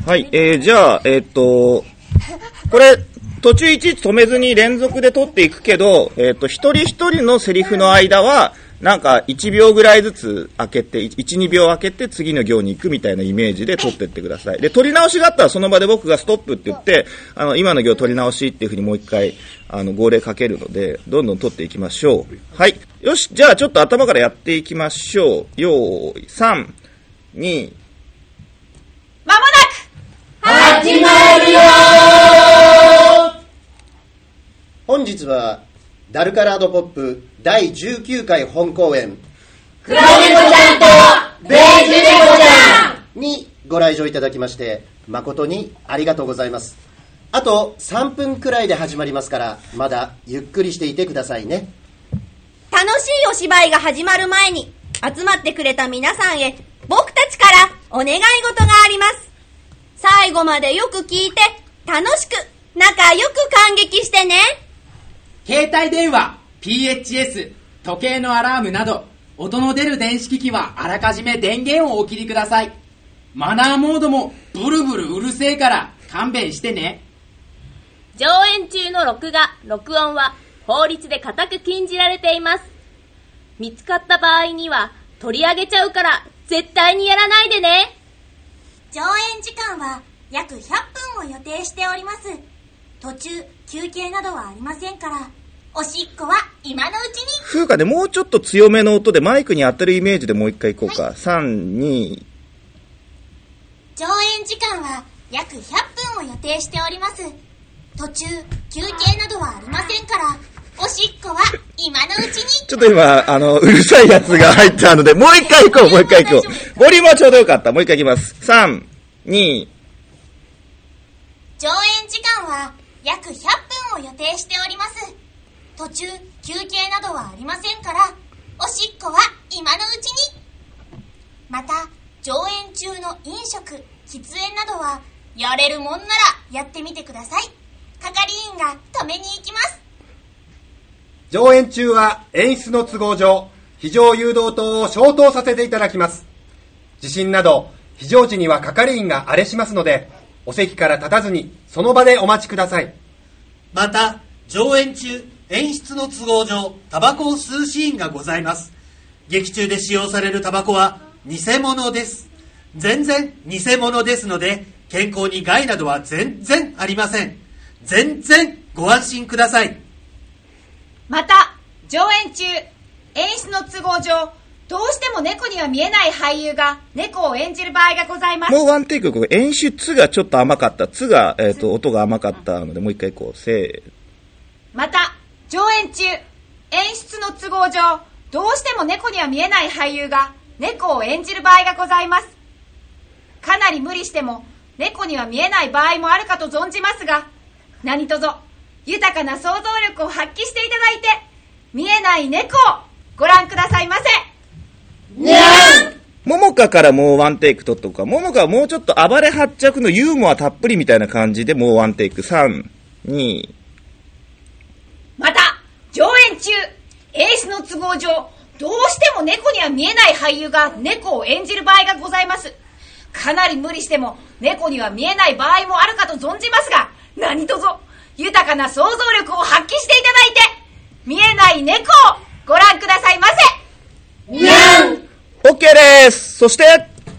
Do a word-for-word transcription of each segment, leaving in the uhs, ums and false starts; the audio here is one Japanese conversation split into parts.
はい、えー、じゃあ、えー、っと、これ、途中いちいち止めずに連続で撮っていくけど、えー、っと、一人一人のセリフの間は、なんかいちびょうぐらいずつ開けて、いち、にびょう開けて次の行に行くみたいなイメージで撮ってってください。で、撮り直しがあったらその場で僕がストップって言って、あの、今の行撮り直しっていうふうにもう一回、あの、号令かけるので、どんどん撮っていきましょう。はい。よし、じゃあちょっと頭からやっていきましょう。よーい、さん、に、 まもなく始まるよー。本日はダルカラードポップだいじゅうきゅうかい本公演黒猫ちゃんとベージュ猫ちゃんにご来場いただきまして誠にありがとうございます。あとさんぷんくらいで始まりますからまだゆっくりしていてくださいね。 楽しいお芝居が始まる前に集まってくれた皆さんへ僕たちからお願い事があります。最後までよく聞いて楽しく仲良く感激してね。 携帯電話、ピーエイチエス、時計のアラームなど音の出る電子機器はあらかじめ電源をお切りください。マナーモードもブルブルうるせえから勘弁してね。 上演中の録画、録音は法律で固く禁じられています。見つかった場合には取り上げちゃうから絶対にやらないでね。 上演時間は約ひゃっぷんを予定しております。途中休憩などはありませんから、おしっこは今のうちに。 風花でもうちょっと強めの音でマイクに当たるイメージでもう一回いこうか、はい、さん、に。 上演時間は約ひゃっぷんを予定しております。途中休憩などはありませんから、おしっこは今のうちに。 ちょっと今あのうるさいやつが入ったのでもう一回いこうもう一回いこう。ボリュームはちょうどよかった。もう一回いきます。さん、に。 上演時間は約ひゃっぷんを予定しております。途中休憩などはありませんから、おしっこは今のうちに。また上演中の飲食、喫煙などはやれるもんならやってみてください。係員が止めに行きます。 上演中は演出の都合上非常誘導灯を消灯させていただきます。地震など非常時には係員があれしますので、お席から立たずにその場でお待ちください。 また上演中演出の都合上タバコを吸うシーンがございます。劇中で使用されるタバコは偽物です。全然偽物ですので、健康に害などは全然ありません。全然ご安心ください。 また上演中演出の都合上どうしても猫には見えない俳優が猫を演じる場合がございます。 もうワンテイク。これ演出がちょっと甘かった。つが、えーと、音が甘かったのでもう一回いこう。せー。 また上演中演出の都合上どうしても猫には見えない俳優が猫を演じる場合がございます。かなり無理しても猫には見えない場合もあるかと存じますが、何卒豊かな想像力を発揮していただいて見えない猫をご覧くださいませ。 にゃん。 ももかからもうワンテイク取っとくか。ももかはもうちょっと暴れ発着のユーモアたっぷりみたいな感じでもうワンテイク。さん、に。 また上演中演出の都合上どうしても猫には見えない俳優が猫を演じる場合がございます。かなり無理しても猫には見えない場合もあるかと存じますが、何卒豊かな想像力を発揮していただいて見えない猫をご覧くださいませ。 にゃん。 OK です。そして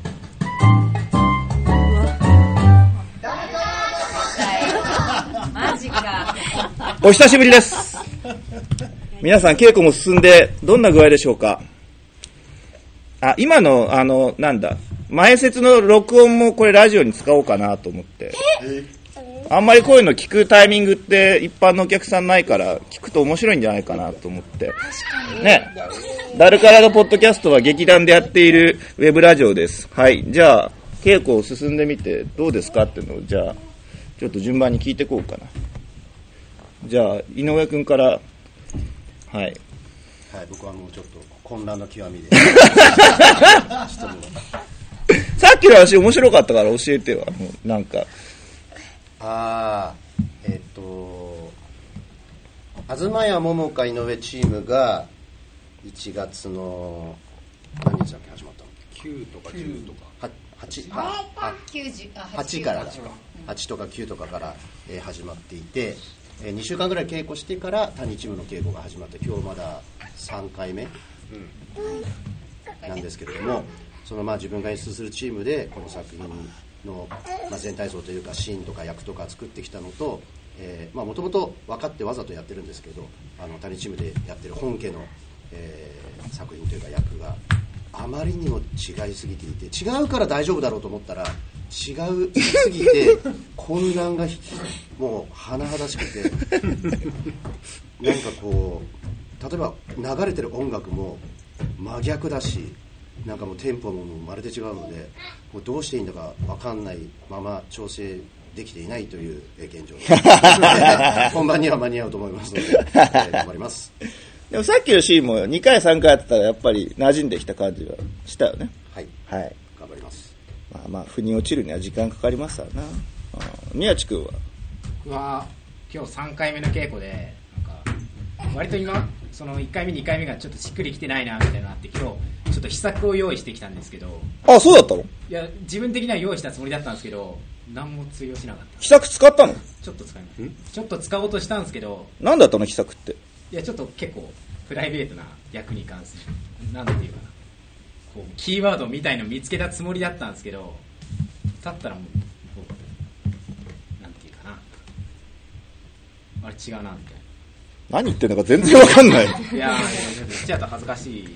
マジか。 お久しぶりです。皆さん稽古も進んでどんな具合でしょうか。あ、今のあのなんだ前説の録音もこれラジオに使おうかなと思って。あんまりこういうの聞くタイミングって一般のお客さんないから聞くと面白いんじゃないかなと思ってね。ダルカラのポッドキャストは劇団でやっているウェブラジオです。はい、じゃあ稽古を進んでみてどうですかっていうのをじゃあちょっと順番に聞いていこうかな。じゃあ井上君から。はい、はい、 僕はもうちょっと混乱の極みでさっきの話面白かったから教えては。もうなんかあーえっと東谷桃花井上チームがいちがつの何日だっけ始まったの。 きゅうとかじゅうとかはちああきゅうじゅうあはちからだはちとかきゅうとかから、えー、始まっていて、えー、にしゅうかんぐらい稽古してから谷チームの稽古が始まって今日まださんかいめ、うん、なんですけれども、そのまあ自分が演出するチームでこの作品の、まあ、全体像というかシーンとか役とか作ってきたのと、もともと分かってわざとやってるんですけど、あの谷チームでやってる本家の、えー、作品というか役があまりにも違いすぎていて、違うから大丈夫だろうと思ったら違うすぎて混乱がもう甚だしくてなんかこう例えば流れてる音楽も真逆だし、なんかもうテンポもまるで違うので、もうどうしていいんだか分かんないまま調整できていないという現状本番には間に合うと思いますので、えー、頑張ります。 でもさっきのシーンもにかいさんかいやってたらやっぱり馴染んできた感じはしたよね。 はい、 はい、 頑張ります。 まあまあ腑に落ちるには時間かかりますからな。宮地君は僕は今日さんかいめの稽古でなんか割と今そのいっかいめにかいめがちょっとしっくりきてないなみたいなのがあって、今日ちょっと秘策を用意してきたんですけど。 あ、そうだったの？いや自分的には用意したつもりだったんですけど何も通用しなかった。 秘策使ったの？ ちょっと使います。ちょっと使おうとしたんですけど。 何だったの秘策って？ いやちょっと結構プライベートな役に関するなんていうかな、こうキーワードみたいの見つけたつもりだったんですけど、立ったらもうなんていうかな、あれ違うなみたいな。 何言ってんのか全然わかんない。 いやいや言っちゃうと恥ずかしい。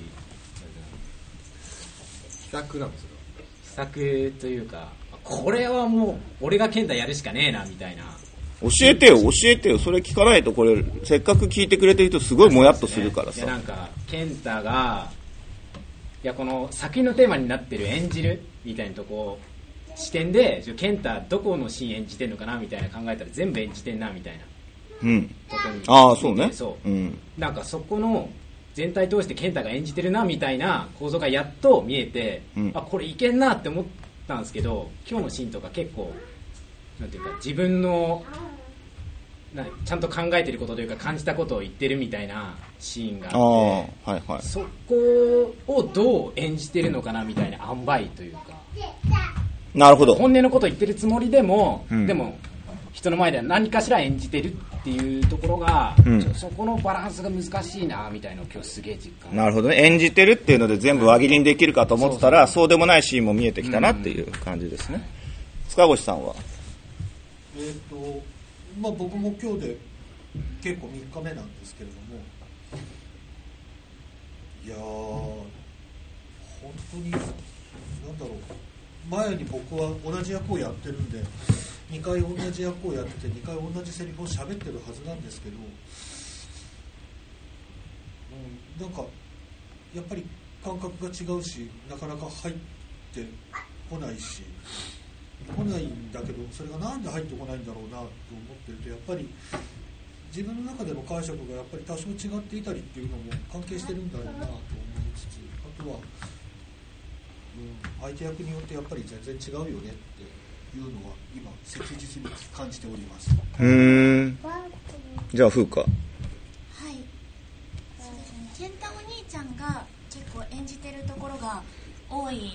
秘策なんですよ。 秘策というか、これはもう俺が健太やるしかねえなみたいな。 教えてよ教えてよ、それ聞かないとこれせっかく聞いてくれてる人すごいもやっとするからさ。 いやなんか健太がいやこの作品のテーマになってる演じるみたいなとこ視点で健太どこのシーン演じてるのかなみたいな考えたら全部演じてんなみたいな。 うん。ああそうね。 そう、 うん、 なんかそこの全体通して健太が演じてるなみたいな構造がやっと見えて、うん、あこれいけんなって思ったんですけど、今日のシーンとか結構なんていうか自分のなちゃんと考えてることというか感じたことを言ってるみたいなシーンがあって、 あ、はいはい、 そこをどう演じてるのかなみたいな塩梅というか。 なるほど。 本音のことを言ってるつもりでも、うん、でも人の前では何かしら演じてるっていうところが、うん、そこのバランスが難しいなみたいなのを今日すげえ実感。 なるほどね。演じてるっていうので全部輪切りにできるかと思ってたら、うん、そうそうそう、そうでもないシーンも見えてきたなっていう感じですね。うん、塚越さんはえーとまあ、僕も今日で結構みっかめなんですけれども、いやー本当になんだろう、前に僕は同じ役をやってるんでにかい同じ役をやっててにかい同じセリフを喋ってるはずなんですけど、うん、なんかやっぱり感覚が違うし、なかなか入ってこないし来ないんだけど、それがなんで入ってこないんだろうなと思ってると、やっぱり自分の中での解釈がやっぱり多少違っていたりっていうのも関係してるんだろうなと思いつつ、あとは、うん、相手役によってやっぱり全然違うよねっていうのは今切実に感じております。 うーん、じゃあ風花。 はい、そうですね、健太お兄ちゃんが結構演じてるところが多い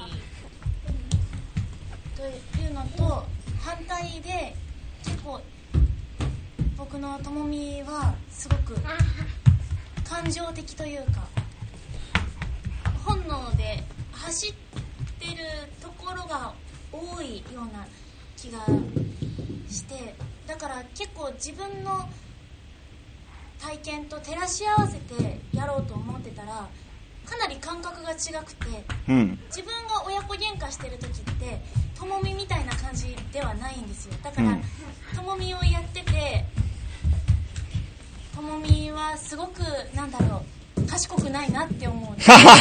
というのと、反対で結構僕のともみはすごく感情的というか本能で走ってるところが多いような気がして、だから結構自分の体験と照らし合わせてやろうと思ってたらかなり感覚が違くて、うん、自分が親子喧嘩してる時ってともみみたいな感じではないんですよ。だから、うん、ともみをやっててともみはすごくなんだろう賢くないなって思う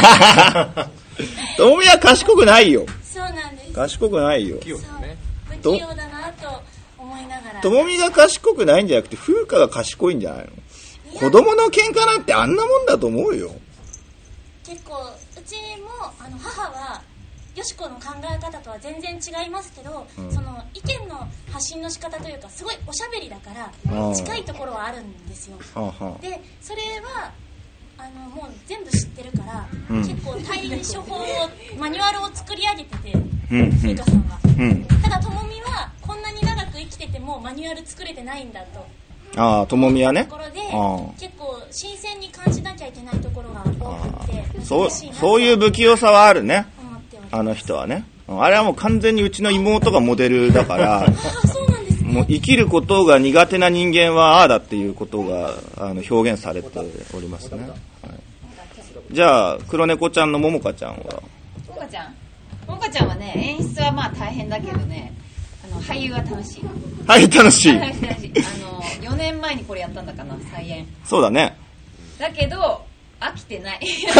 ともみは賢くないよ。 そうなんです。 賢くないよ。 不器用だなと思いながら、 ともみが賢くないんじゃなくて風花が賢いんじゃないの。子供の喧嘩なんてあんなもんだと思うよ。 結構うちもあの母はよしこの考え方とは全然違いますけど、うん、その意見の発信の仕方というかすごいおしゃべりだから近いところはあるんですよ。でそれはあのもう全部知ってるから、うん、結構対処法をマニュアルを作り上げてて、うん、生徒さんは、うん、ただともみはこんなに長く生きててもマニュアル作れてないんだと。 ああ、ともみはね。 ところで結構新鮮に感じなきゃいけないところが多くて、 そうそういう不器用さはあるね。あの人はね。あれはもう完全にうちの妹がモデルだから。 あ、そうなんですね。 もう生きることが苦手な人間はああだっていうことがあの表現されておりますね。はい、じゃあ黒猫ちゃんのももかちゃんは。 ももかちゃん。ももかちゃんはね、演出はまあ大変だけどね。あの俳優は楽しい。 はい、楽しい。 楽しい。あのよねんまえにこれやったんだかな、再演。 そうだね。 だけど飽きてない。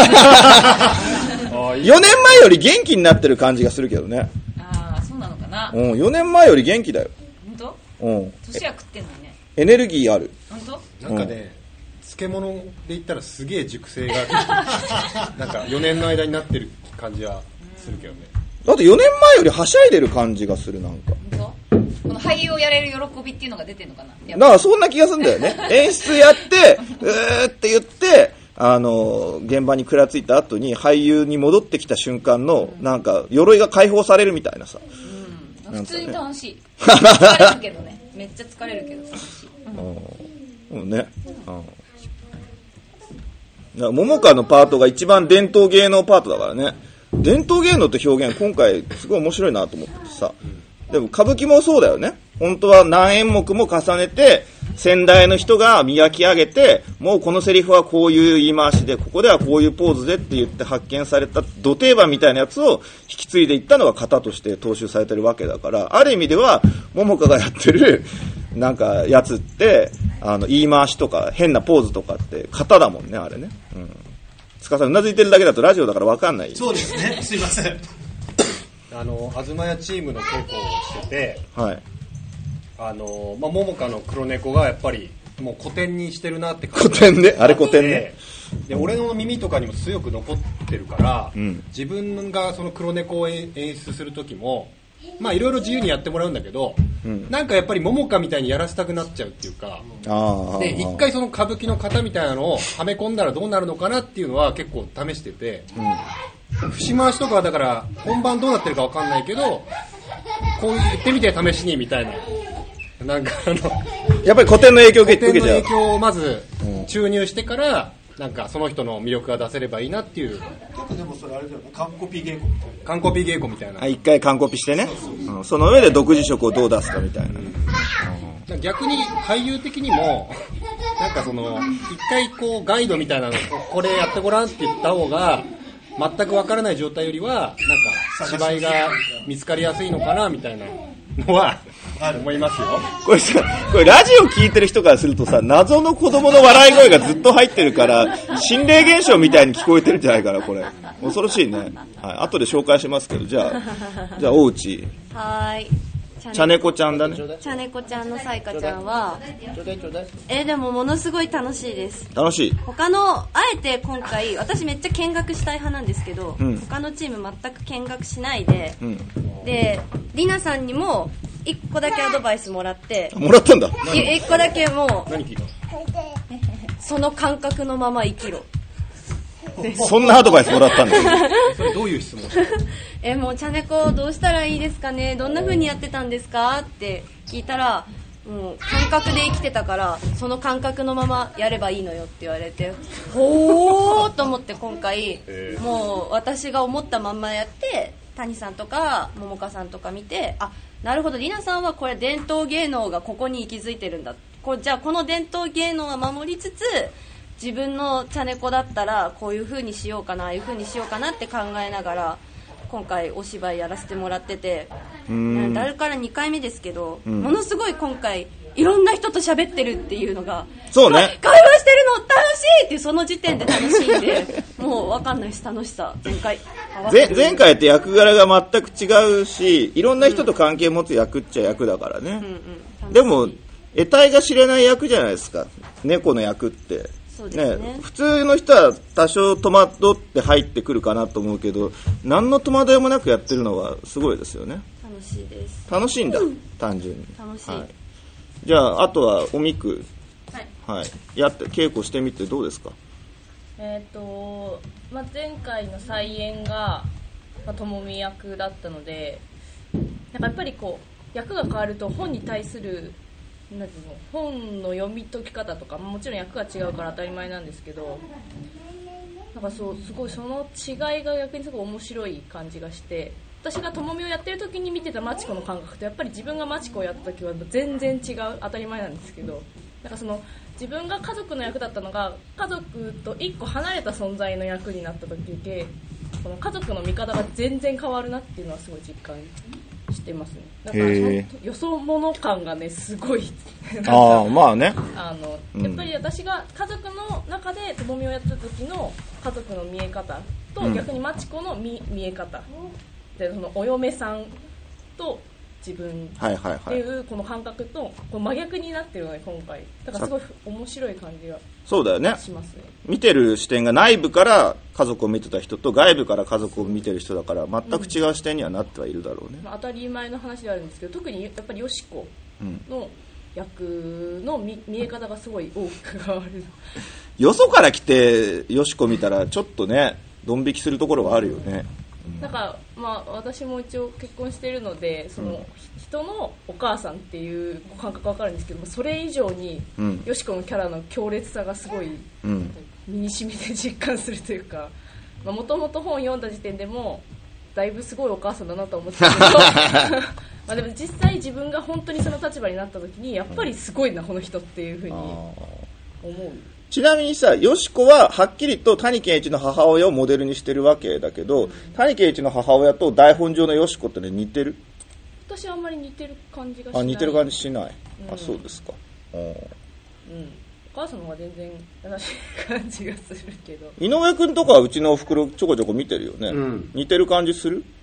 よねんまえより元気になってる感じがするけどね。 ああ、そうなのかな。 うん、よねんまえより元気だよ。 本当？ うん。 年は食ってんのにね。 エネルギーある。 本当？ なんかね、漬物で言ったらすげえ熟成がある。なんかよねんの間になってる感じはするけどね。 だってよねんまえよりはしゃいでる感じがする、なんか。 本当？この俳優をやれる喜びっていうのが出てるのかな。 だからそんな気がするんだよね。演出やってうーって言ってあの現場にくらついた後に俳優に戻ってきた瞬間の、うん、なんか鎧が解放されるみたいなさ、 うん、普通に楽しい。疲れるけどね。めっちゃ疲れるけど楽しい。 うん、うんね。うん。桃花のパートが一番伝統芸能パートだからね。伝統芸能って表現今回すごい面白いなと思ってさ。でも歌舞伎もそうだよね。本当は何演目も重ねて先代の人が磨き上げて、もうこのセリフはこういう言い回しで、ここではこういうポーズでって言って発見された土定番みたいなやつを引き継いでいったのが型として踏襲されてるわけだから、ある意味では桃花がやってるなんかやつってあの言い回しとか変なポーズとかって型だもんね、あれね。うん。塚さんうなずいてるだけだとラジオだから分かんない。 そうですね。すいません。 あの東屋チームの稽古をしてて、 はい。 あのまあ、桃花の黒猫がやっぱりもう古典にしてるなって感じ。 古典ね、あれ古典ね。 で俺の耳とかにも強く残ってるから、うん、自分がその黒猫を演出する時もまあいろいろ自由にやってもらうんだけど、うん、なんかやっぱり桃花みたいにやらせたくなっちゃうっていうか、 あで一回その歌舞伎の型みたいなのをはめ込んだらどうなるのかなっていうのは結構試してて、うん、節回しとかはだから本番どうなってるか分かんないけどこう言ってみて試しにみたいな。なんかあのやっぱり古典の影響を受けちゃう。 古典の影響をまず注入してから、うん、なんかその人の魅力が出せればいいなっていう。 ちょっとでもそれあれだよね。完コピ稽古みたいな。 完コピ稽古みたいな。 一回完コピしてね。そうそうそう、うん。その上で独自色をどう出すかみたいな。 うん、逆に俳優的にもなんかその一回こうガイドみたいなのこれやってごらんって言った方が全く分からない状態よりはなんか芝居が見つかりやすいのかなみたいなのは思いますよ。 これさ、これラジオ聞いてる人からするとさ、謎の子供の笑い声がずっと入ってるから心霊現象みたいに聞こえてるんじゃないかな、これ。恐ろしいね。はい、後で紹介しますけど、じゃあじゃあ大内。 はーい。 茶猫ちゃんだね。 茶猫ちゃんのさいかちゃんは、えー、でもものすごい楽しいです。 楽しい。 他のあえて今回私めっちゃ見学したい派なんですけど、うん、他のチーム全く見学しないで、うん、でりなさんにもいっこだけアドバイスもらって。 もらったんだ。 いっこだけもう何聞いた？ その感覚のまま生きろ。 そんなアドバイスもらったんだよ。 それどういう質問？ えもう茶猫どうしたらいいですかね、どんな風にやってたんですかって聞いたら、もう感覚で生きてたからその感覚のままやればいいのよって言われて、ほーと思って今回もう私が思ったまんまやって、谷さんとか桃花さんとか見て、あ、なるほど、りなさんはこれ伝統芸能がここに息づいてるんだ、これじゃあこの伝統芸能は守りつつ自分の茶猫だったらこういう風にしようかな、ああいう風にしようかなって考えながら今回お芝居やらせてもらってて、誰からにかいめですけど、うん、ものすごい今回いろんな人と喋ってるっていうのが、 そうね、 会話してるの楽しいっていうその時点で楽しいんでもう分かんないです、楽しさ前回前前回って役柄が全く違うし、いろんな人と関係持つ役っちゃ役だからね、うんうん、でも得体が知れない役じゃないですか、猫の役って。 そうですね、 ね、普通の人は多少戸惑って入ってくるかなと思うけど、何の戸惑いもなくやってるのはすごいですよね。 楽しいです。 楽しいんだ、うん、単純に楽しい、はい、 じゃああとはおみく、 はい、 はい、やって稽古してみてどうですか？ えーとまあ、前回の再演が、まあ、ともみ役だったので、なんかやっぱりこう役が変わると本に対するなんていうの、本の読み解き方とかもちろん役が違うから当たり前なんですけど、なんかそうすごいその違いが逆にすごい面白い感じがして、私がともみをやってる時に見てたマチコの感覚とやっぱり自分がマチコをやった時は全然違う、当たり前なんですけど、なんかその自分が家族の役だったのが家族と一個離れた存在の役になった時で、この家族の見方が全然変わるなっていうのはすごい実感してますね。だからよそ者感がねすごいああまあね、 あのやっぱり私が家族の中でともみをやった時の家族の見え方と、うん、逆にマチコの 見, 見え方で、そのお嫁さんと自分っていうこの感覚とこう真逆になってるので今回だからすごい面白い感じがしますね。 そうだよね。見てる視点が内部から家族を見てた人と外部から家族を見てる人だから全く違う視点にはなってはいるだろうね、 うんまあ、当たり前の話ではあるんですけど、特にやっぱりよしこの役の 見, 見え方がすごい大きく変わるよそから来てよしこ見たらちょっとねドン引きするところはあるよね。 なんかまあ、私も一応結婚しているのでその、うん、人のお母さんっていう感覚分かるんですけど、それ以上に、うん、よしこのキャラの強烈さがすごい、うん、身に染みて実感するというか、もともと本読んだ時点でもだいぶすごいお母さんだなと思ってたけどまあでも実際自分が本当にその立場になった時にやっぱりすごいなこの人っていうふうに思う。 ちなみにさ、よしこははっきりと谷健一の母親をモデルにしてるわけだけど、うん、谷健一の母親と台本上のよしこって、ね、似てる？ 私はあんまり似てる感じがしない。 あ、似てる感じしない、うん、あ、そうですか。うん、 うん、お母さんの方が全然優しい感じがするけど。 井上くんとかはうちのおふくろちょこちょこ見てるよね、うん、似てる感じする？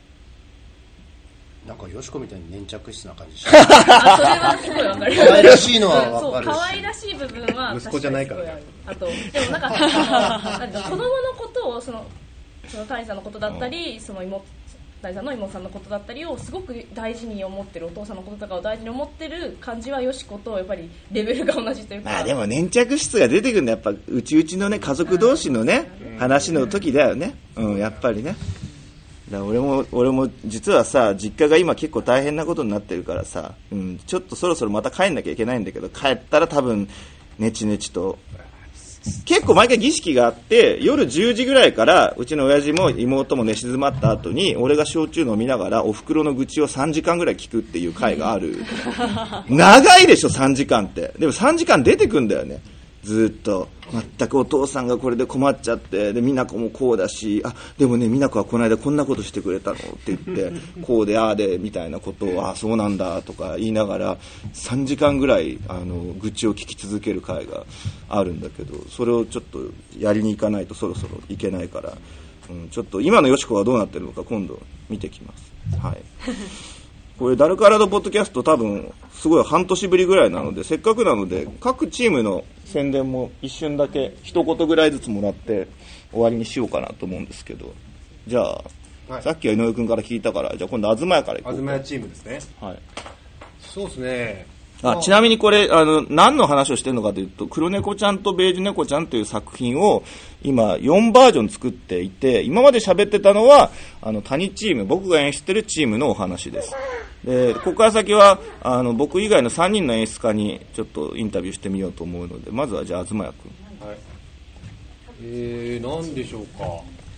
なんかよしこみたいに粘着質な感じしあ、それはすごいわかる。 可愛らしいのはわかるし、 そう可愛らしい部分は息子じゃないから、ね、 あとでもなんか子供のことをそのその谷さんのことだったり、その妹谷さんの妹さんのことだったりをすごく大事に思ってる、お父さんのこととかを大事に思ってる感じはよしことやっぱりレベルが同じというか。 まあでも粘着質が出てくるのはやっぱうちうちのね家族同士のね話の時だよね。うん、やっぱりね。だ俺も俺も実はさ、実家が今結構大変なことになってるからさ、うん、ちょっとそろそろまた帰んなきゃいけないんだけど、帰ったら多分ネチネチと結構毎回儀式があって、夜じゅうじぐらいからうちの親父も妹も寝静まった後に俺が焼酎飲みながらお袋の愚痴をさんじかんぐらい聞くっていう回がある長いでしょさんじかんって。でもさんじかん出てくんだよね、ずっと。全くお父さんがこれで困っちゃって、で美奈子もこうだし、あでもね美奈子はこの間こんなことしてくれたのって言ってこうでああでみたいなことを、あそうなんだとか言いながらさんじかんぐらいあの愚痴を聞き続ける回があるんだけど、それをちょっとやりに行かないとそろそろいけないから、うん、ちょっと今のよしこはどうなってるのか今度見てきます。はいこれダルカラドポッドキャスト多分すごい半年ぶりぐらいなので、せっかくなので各チームの宣伝も一瞬だけ一言ぐらいずつもらって終わりにしようかなと思うんですけど、じゃあ、はい、さっきは井上くんから聞いたから、じゃあ今度東屋からいこうか。 東屋チームですね。はい。そうですね。 あちなみにこれあの何の話をしてるのかというと、黒猫ちゃんとベージュ猫ちゃんという作品を今よんバージョン作っていて、今まで喋ってたのはあの谷チーム、僕が演出してるチームのお話です。でここから先はあの僕以外のさんにんの演出家にちょっとインタビューしてみようと思うので、まずはじゃあ東谷君。 はい、えー、何でしょうか。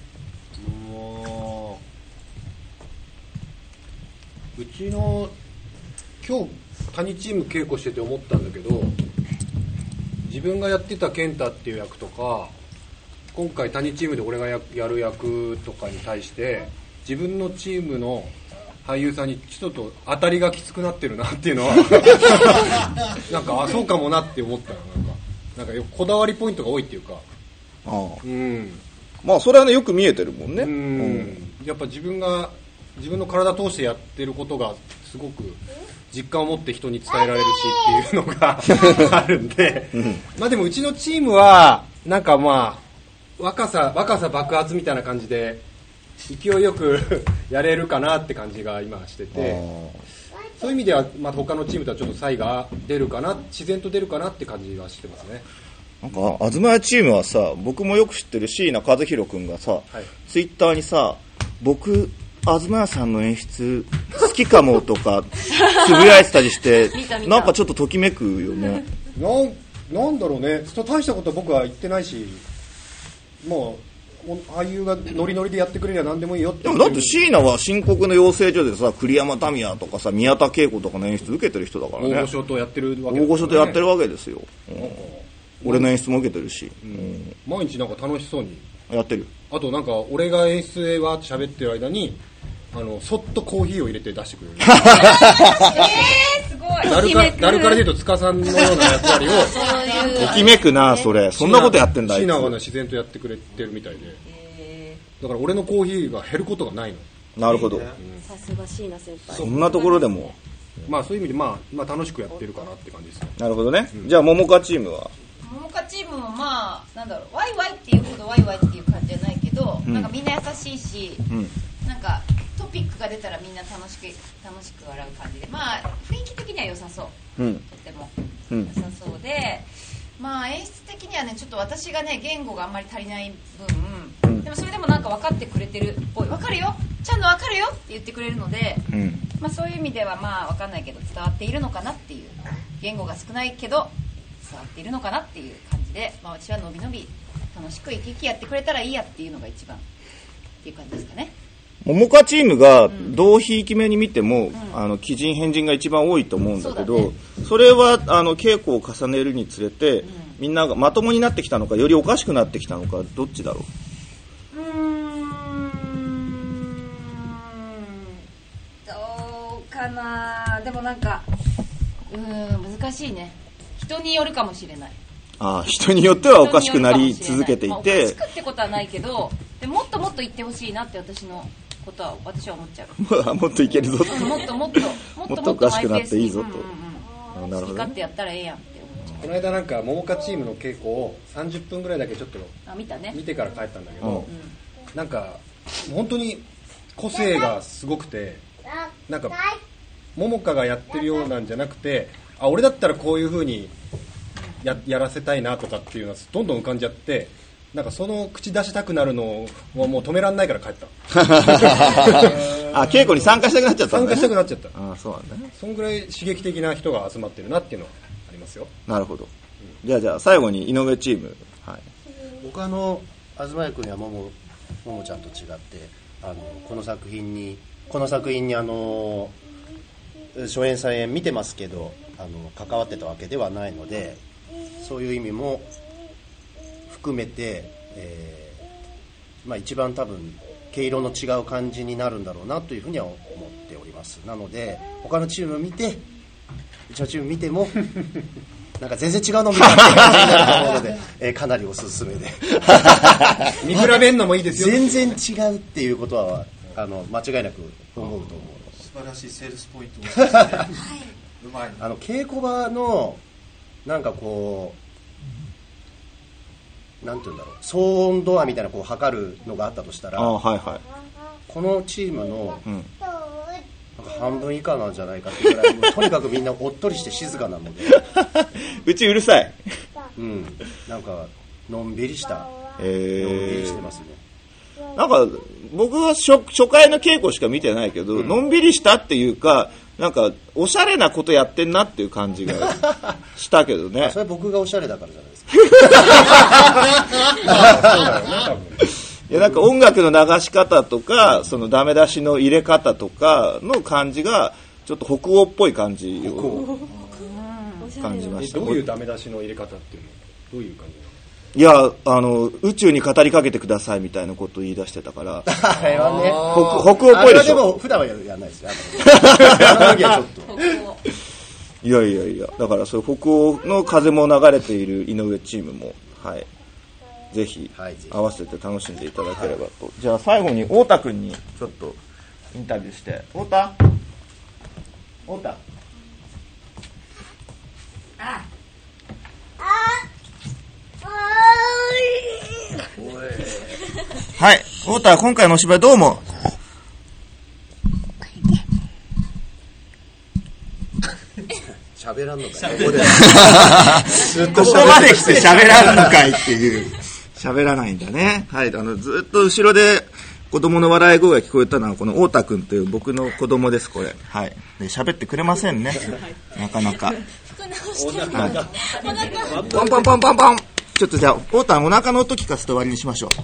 うちの今日谷チーム稽古してて思ったんだけど、自分がやってた健太っていう役とか今回谷チームで俺が や, やる役とかに対して自分のチームの俳優さんにちょっと当たりがきつくなってるなっていうのはなんかあそうかもなって思ったの。なんかなんかよこだわりポイントが多いっていうか、 ああ、うん、まあそれはねよく見えてるもんね。うん、 うん、やっぱ自分が自分の体通してやってることがすごく実感を持って人に伝えられるしっていうのがあるんでまあでもうちのチームはなんかまあ若さ若さ爆発みたいな感じで勢いよくやれるかなって感じが今してて、そういう意味ではまあ他のチームとはちょっと差異が出るかな、自然と出るかなって感じはしてますね。 なんか東屋チームはさ、僕もよく知ってる椎名和弘君がさ、はい、ツイッターにさ、僕東屋さんの演出好きかもとかつぶやいてたりしてなんかちょっとときめくよね。 なんなんだろうね、大したこと僕は言ってないし、もう俳優がノリノリでやってくれりゃ何でもいいよって。 でもだって椎名は新国の養成所でさ、栗山民也とかさ、宮田恵子とかの演出受けてる人だからね。 大御所とやってるわけですよね。 大御所とやってるわけですよ、うん、俺の演出も受けてるし、 うんうん、毎日なんか楽しそうにやってる。 あとなんか俺が演出でわーって喋ってる間にあのそっとコーヒーを入れて出してくれる。えー、すごい。 ダルカダルからでいうと塚さんのような役割をときめくな、それ。そんなことやってんだ。 椎名が、ね、自然とやってくれてるみたいで、だから俺のコーヒーが減ることがないの。 なるほど。 さすが椎名先輩。 そんなところでも、 まあそういう意味で、まあ、まあ楽しくやってるかなって感じですね。 なるほどね、うん、じゃあ桃花チームは桃花チームもまあなんだろう、ワイワイっていうほどワイワイっていう感じじゃないけど、うん、なんかみんな優しいし、うん、なんかトピックが出たらみんな楽しく楽しく笑う感じで、まあ雰囲気的には良さそう、うん、とても良さそうで、まあ演出的にはねちょっと私がね言語があんまり足りない分、うん、でもそれでもなんか分かってくれてるっぽい、分かるよちゃんと分かるよって言ってくれるので、うん、まあそういう意味ではまあ分かんないけど伝わっているのかなっていう、言語が少ないけど伝わっているのかなっていう感じで、まあ、私はのびのび楽しく生き生きやってくれたらいいやっていうのが一番っていう感じですかね。 桃花チームが同ひいき目に見ても、うん、あの奇人変人が一番多いと思うんだけど、 そ, ね、それはあの稽古を重ねるにつれて、うん、みんながまともになってきたのかよりおかしくなってきたのか、どっちだろう。 うーんどうかな。でもなんかうーん難しいね。人によるかもしれない。 ああ、人によってはおかしくなり続けていて、まあ、おかしくってことはないけど、でもっともっと言ってほしいなって私のことは私は思っちゃう。もっといけるぞと、 もっともっともっともっとおかしくなっていいぞと、 うんうんうん、好き勝手やったらええやんって思っちゃう。 この間なんか桃花チームの稽古をさんじゅっぷんぐらいだけちょっとあ見た、ね、 見てから帰ったんだけど、うん、なんか本当に個性がすごくて、なんか桃花がやってるようなんじゃなくて、あ俺だったらこういう風に や, やらせたいなとかっていうのはどんどん浮かんじゃって、なんかその口出したくなるのをもう止められないから帰ったあ、稽古に参加したくなっちゃったんだ、ね、 参加したくなっちゃった。 あ、そうなんだね。 そんぐらい刺激的な人が集まってるなっていうのはありますよ。 なるほど、うん、じゃあじゃあ最後に井上チーム、はい、 僕はあの東谷君やももももちゃんと違って、あのこの作品にこの作品にあの初演再演見てますけど、あの関わってたわけではないので、そういう意味も含めて、えーまあ、一番多分毛色の違う感じになるんだろうなというふうには思っております。なので他のチームを見て、うちのチーム見てもなんか全然違うのみたいな感じになると思うので、えー、かなりおすすめで見比べるのもいいですよ。 全然違うっていうことはあの間違いなく思うと思う。 素晴らしいセールスポイントですね、はい、うまい。 あの稽古場のなんかこうなんていうんだろう、騒音ドアみたいなこう測るのがあったとしたら、 あ、はいはい、 このチームの、うん、なんか半分以下なんじゃないかっていうぐらいもうとにかくみんなおっとりして静かなのでうちうるさい、 うん、なんかのんびりした、 えー、 のんびりしてますね。 なんか僕は 初, 初回の稽古しか見てないけど、うん、のんびりしたっていうか、なんかおしゃれなことやってんなっていう感じがしたけどねそれ僕がおしゃれだからじゃないですかいや、なんか音楽の流し方とか、そのダメ出しの入れ方とかの感じがちょっと北欧っぽい感じを感じました。 どういうダメ出しの入れ方っていうの、どういう感じ？ いや、あの宇宙に語りかけてくださいみたいなことを言い出してたからあれはね、 北, 北欧っぽいでしょ。 あれはでも普段はやらないですよあの時はちょっといやいやいや、だからそういう北欧の風も流れている井上チームも、はい、ぜひ合わせて楽しんでいただければと、はい、じゃあ最後に太田君にちょっとインタビューして。太田太田あはい、太田、今回のお芝居どうも。 喋らんのかい。ここでずっとここまで来て喋らんのかいっていう。喋らないんだね。はい。あの、ずっと後ろで子供の笑い声が聞こえたのは、この太田くんという僕の子供です、これ。はい。で、喋ってくれませんね。なかなか。 服直してる。 はい。パンパンパンパンパン。ちょっとじゃあ、太田お腹の音聞かせて終わりにしましょう。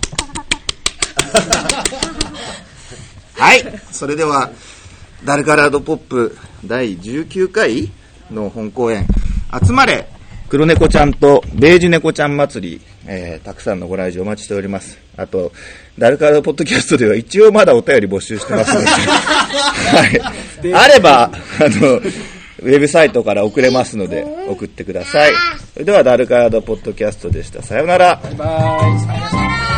はい。それでは、ダルカラードポップだいじゅうきゅうかいの本公演、集まれ黒猫ちゃんとベージュ猫ちゃん祭り、えー、たくさんのご来場お待ちしております。あと、ダルカラードポッドキャストでは一応まだお便り募集してますので、はい。あれば、あの、ウェブサイトから送れますので、送ってください。それでは、ダルカラードポッドキャストでした。さようなら。 バイバイ。 さようなら。